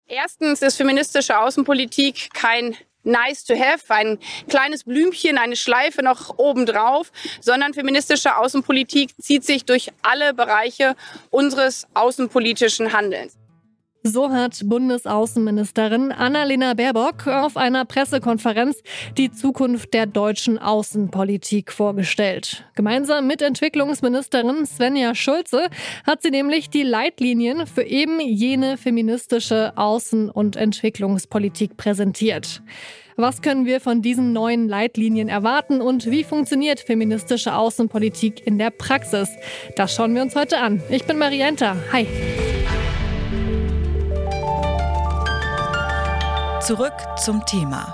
Erstens ist feministische Außenpolitik kein nice to have, ein kleines Blümchen, eine Schleife noch obendrauf, sondern feministische Außenpolitik zieht sich durch alle Bereiche unseres außenpolitischen Handelns. So hat Bundesaußenministerin Annalena Baerbock auf einer Pressekonferenz die Zukunft der deutschen Außenpolitik vorgestellt. Gemeinsam mit Entwicklungsministerin Svenja Schulze hat sie nämlich die Leitlinien für eben jene feministische Außen- und Entwicklungspolitik präsentiert. Was können wir von diesen neuen Leitlinien erwarten und wie funktioniert feministische Außenpolitik in der Praxis? Das schauen wir uns heute an. Ich bin Marienta. Hi. Zurück zum Thema.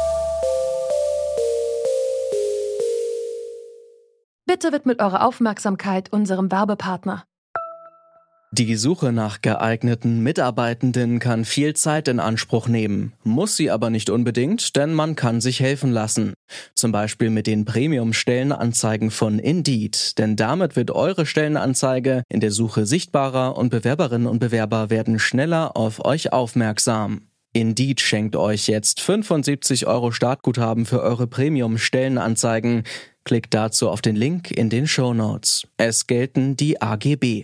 Bitte widmet eure Aufmerksamkeit unserem Werbepartner. Die Suche nach geeigneten Mitarbeitenden kann viel Zeit in Anspruch nehmen, muss sie aber nicht unbedingt, denn man kann sich helfen lassen. Zum Beispiel mit den Premium-Stellenanzeigen von Indeed, denn damit wird eure Stellenanzeige in der Suche sichtbarer und Bewerberinnen und Bewerber werden schneller auf euch aufmerksam. Indeed schenkt euch jetzt 75 € Startguthaben für eure Premium-Stellenanzeigen. Klickt dazu auf den Link in den Shownotes. Es gelten die AGB.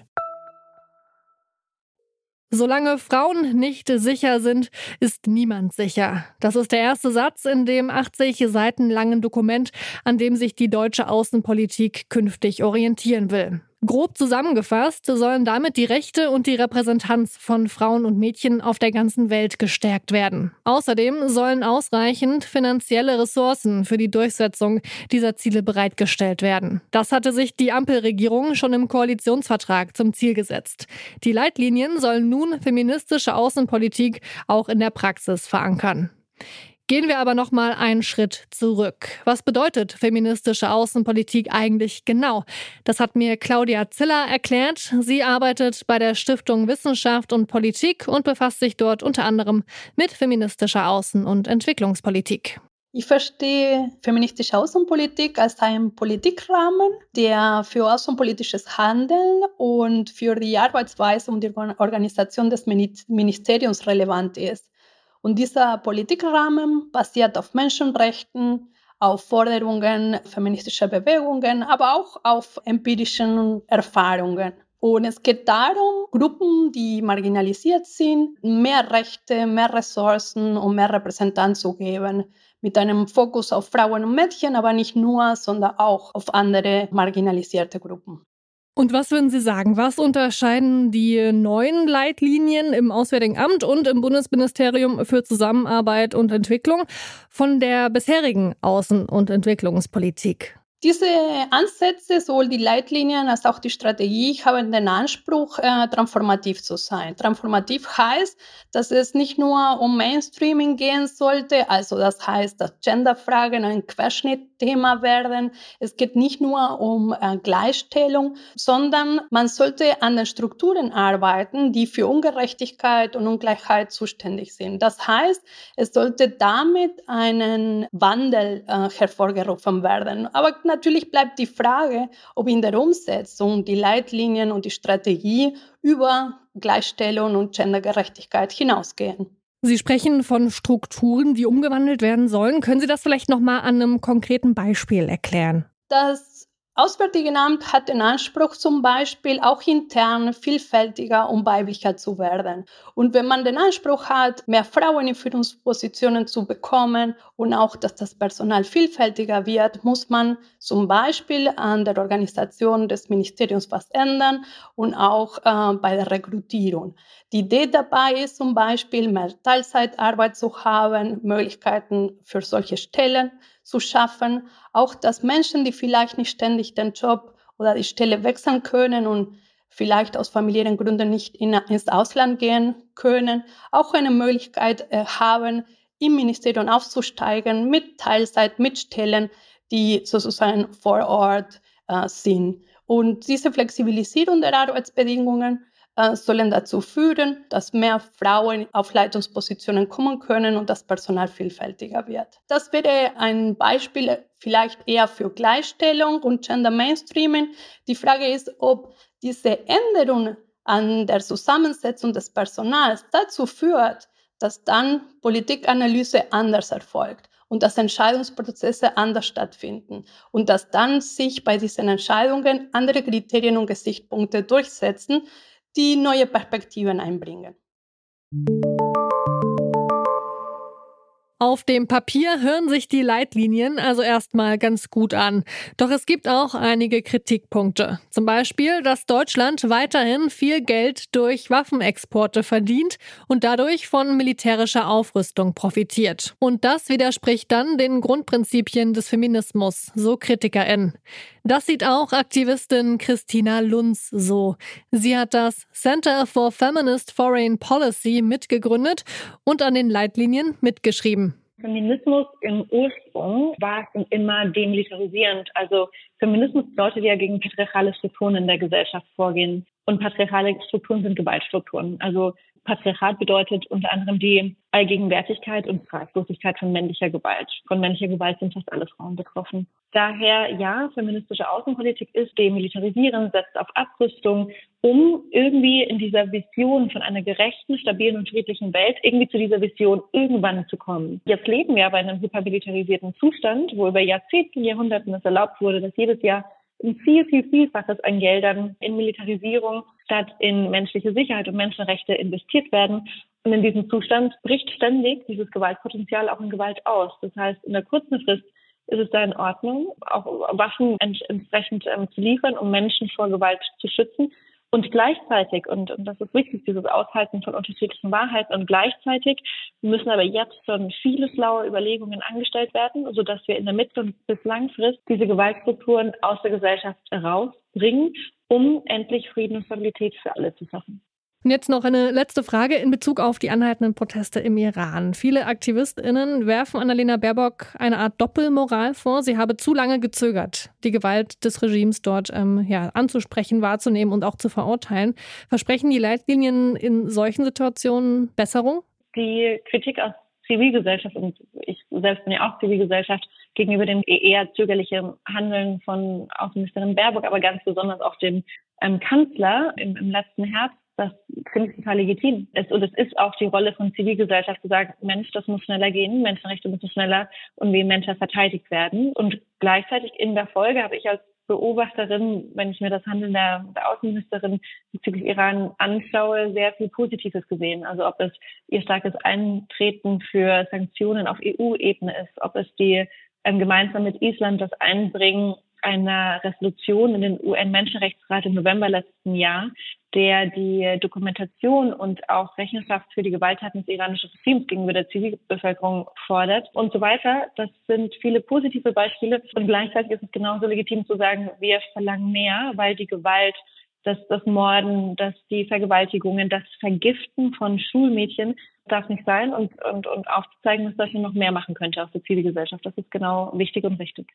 Solange Frauen nicht sicher sind, ist niemand sicher. Das ist der erste Satz in dem 80 Seiten langen Dokument, an dem sich die deutsche Außenpolitik künftig orientieren will. Grob zusammengefasst sollen damit die Rechte und die Repräsentanz von Frauen und Mädchen auf der ganzen Welt gestärkt werden. Außerdem sollen ausreichend finanzielle Ressourcen für die Durchsetzung dieser Ziele bereitgestellt werden. Das hatte sich die Ampelregierung schon im Koalitionsvertrag zum Ziel gesetzt. Die Leitlinien sollen nun feministische Außenpolitik auch in der Praxis verankern. Gehen wir aber noch mal einen Schritt zurück. Was bedeutet feministische Außenpolitik eigentlich genau? Das hat mir Claudia Ziller erklärt. Sie arbeitet bei der Stiftung Wissenschaft und Politik und befasst sich dort unter anderem mit feministischer Außen- und Entwicklungspolitik. Ich verstehe feministische Außenpolitik als einen Politikrahmen, der für außenpolitisches Handeln und für die Arbeitsweise und die Organisation des Ministeriums relevant ist. Und dieser Politikrahmen basiert auf Menschenrechten, auf Forderungen feministischer Bewegungen, aber auch auf empirischen Erfahrungen. Und es geht darum, Gruppen, die marginalisiert sind, mehr Rechte, mehr Ressourcen und mehr Repräsentanz zu geben. Mit einem Fokus auf Frauen und Mädchen, aber nicht nur, sondern auch auf andere marginalisierte Gruppen. Und was würden Sie sagen, was unterscheiden die neuen Leitlinien im Auswärtigen Amt und im Bundesministerium für Zusammenarbeit und Entwicklung von der bisherigen Außen- und Entwicklungspolitik? Diese Ansätze, sowohl die Leitlinien als auch die Strategie, haben den Anspruch, transformativ zu sein. Transformativ heißt, dass es nicht nur um Mainstreaming gehen sollte, also das heißt, dass Genderfragen ein Querschnittthema werden. Es geht nicht nur um Gleichstellung, sondern man sollte an den Strukturen arbeiten, die für Ungerechtigkeit und Ungleichheit zuständig sind. Das heißt, es sollte damit einen Wandel hervorgerufen werden. Aber natürlich bleibt die Frage, ob in der Umsetzung die Leitlinien und die Strategie über Gleichstellung und Gendergerechtigkeit hinausgehen. Sie sprechen von Strukturen, die umgewandelt werden sollen. Können Sie das vielleicht noch mal an einem konkreten Beispiel erklären? Das Auswärtige Amt hat den Anspruch, zum Beispiel auch intern vielfältiger und weiblicher zu werden. Und wenn man den Anspruch hat, mehr Frauen in Führungspositionen zu bekommen und auch, dass das Personal vielfältiger wird, muss man zum Beispiel an der Organisation des Ministeriums was ändern und auch bei der Rekrutierung. Die Idee dabei ist zum Beispiel, mehr Teilzeitarbeit zu haben, Möglichkeiten für solche Stellen zu schaffen, auch dass Menschen, die vielleicht nicht ständig den Job oder die Stelle wechseln können und vielleicht aus familiären Gründen nicht ins Ausland gehen können, auch eine Möglichkeit haben, im Ministerium aufzusteigen mit Teilzeit, mit Stellen, die sozusagen vor Ort sind. Und diese Flexibilisierung der Arbeitsbedingungen sollen dazu führen, dass mehr Frauen auf Leitungspositionen kommen können und das Personal vielfältiger wird. Das wäre ein Beispiel vielleicht eher für Gleichstellung und Gender Mainstreaming. Die Frage ist, ob diese Änderung an der Zusammensetzung des Personals dazu führt, dass dann Politikanalyse anders erfolgt und dass Entscheidungsprozesse anders stattfinden und dass dann sich bei diesen Entscheidungen andere Kriterien und Gesichtspunkte durchsetzen, die neue Perspektiven einbringen. Auf dem Papier hören sich die Leitlinien also erstmal ganz gut an. Doch es gibt auch einige Kritikpunkte. Zum Beispiel, dass Deutschland weiterhin viel Geld durch Waffenexporte verdient und dadurch von militärischer Aufrüstung profitiert. Und das widerspricht dann den Grundprinzipien des Feminismus, so KritikerInnen. Das sieht auch Aktivistin Christina Lunz so. Sie hat das Center for Feminist Foreign Policy mitgegründet und an den Leitlinien mitgeschrieben. Feminismus im Ursprung war es immer demilitarisierend. Also Feminismus bedeutet ja gegen patriarchale Strukturen in der Gesellschaft vorgehen. Und patriarchale Strukturen sind Gewaltstrukturen. Also Patriarchat bedeutet unter anderem die Allgegenwärtigkeit und Straflosigkeit von männlicher Gewalt. Von männlicher Gewalt sind fast alle Frauen betroffen. Daher, ja, feministische Außenpolitik ist demilitarisierend, setzt auf Abrüstung, um irgendwie in dieser Vision von einer gerechten, stabilen und friedlichen Welt irgendwie zu dieser Vision irgendwann zu kommen. Jetzt leben wir aber in einem hypermilitarisierten Zustand, wo über Jahrzehnte und Jahrhunderten es erlaubt wurde, dass jedes Jahr ein Vielfaches an Geldern in Militarisierung statt in menschliche Sicherheit und Menschenrechte investiert werden. Und in diesem Zustand bricht ständig dieses Gewaltpotenzial auch in Gewalt aus. Das heißt, in der kurzen Frist ist es da in Ordnung, auch Waffen entsprechend zu liefern, um Menschen vor Gewalt zu schützen. Und gleichzeitig, und das ist wichtig, dieses Aushalten von unterschiedlichen Wahrheiten, und gleichzeitig müssen aber jetzt schon viele schlaue Überlegungen angestellt werden, sodass wir in der Mittel- und bis Langfrist diese Gewaltstrukturen aus der Gesellschaft herausbringen, um endlich Frieden und Stabilität für alle zu schaffen. Und jetzt noch eine letzte Frage in Bezug auf die anhaltenden Proteste im Iran. Viele AktivistInnen werfen Annalena Baerbock eine Art Doppelmoral vor. Sie habe zu lange gezögert, die Gewalt des Regimes dort anzusprechen, wahrzunehmen und auch zu verurteilen. Versprechen die Leitlinien in solchen Situationen Besserung? Die Kritik aus Zivilgesellschaft, und ich selbst bin ja auch Zivilgesellschaft, gegenüber dem eher zögerlichen Handeln von Außenministerin Baerbock, aber ganz besonders auch dem Kanzler im letzten Herbst, das finde ich total legitim. Und es ist auch die Rolle von Zivilgesellschaft zu sagen, Mensch, das muss schneller gehen, Menschenrechte müssen schneller und vehementer verteidigt werden. Und gleichzeitig in der Folge habe ich als Beobachterin, wenn ich mir das Handeln der Außenministerin bezüglich Iran anschaue, sehr viel Positives gesehen. Also ob es ihr starkes Eintreten für Sanktionen auf EU-Ebene ist, ob es die gemeinsam mit Island das Einbringen einer Resolution in den UN-Menschenrechtsrat im November letzten Jahr, der die Dokumentation und auch Rechenschaft für die Gewalttaten des iranischen Regimes gegenüber der Zivilbevölkerung fordert und so weiter. Das sind viele positive Beispiele. Und gleichzeitig ist es genauso legitim zu sagen, wir verlangen mehr, weil die Gewalt, das Morden, die Vergewaltigungen, das Vergiften von Schulmädchen darf nicht sein und aufzuzeigen, dass Deutschland noch mehr machen könnte aus der Zivilgesellschaft. Das ist genau wichtig und richtig.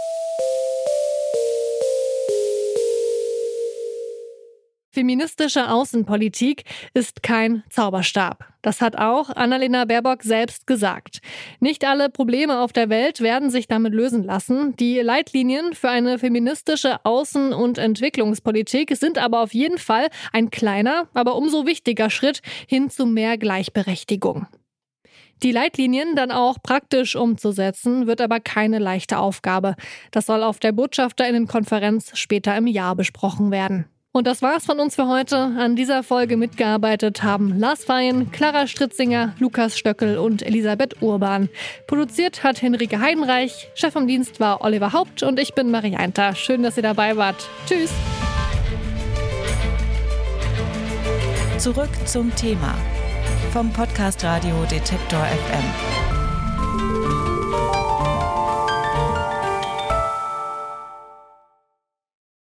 Feministische Außenpolitik ist kein Zauberstab. Das hat auch Annalena Baerbock selbst gesagt. Nicht alle Probleme auf der Welt werden sich damit lösen lassen. Die Leitlinien für eine feministische Außen- und Entwicklungspolitik sind aber auf jeden Fall ein kleiner, aber umso wichtiger Schritt hin zu mehr Gleichberechtigung. Die Leitlinien dann auch praktisch umzusetzen, wird aber keine leichte Aufgabe. Das soll auf der BotschafterInnenkonferenz später im Jahr besprochen werden. Und das war's von uns für heute. An dieser Folge mitgearbeitet haben Lars Feyen, Clara Stritzinger, Lukas Stöckel und Elisabeth Urban. Produziert hat Henrike Heidenreich, Chef vom Dienst war Oliver Haupt und ich bin Marie Einter. Schön, dass ihr dabei wart. Tschüss. Zurück zum Thema vom Podcast Radio Detektor FM.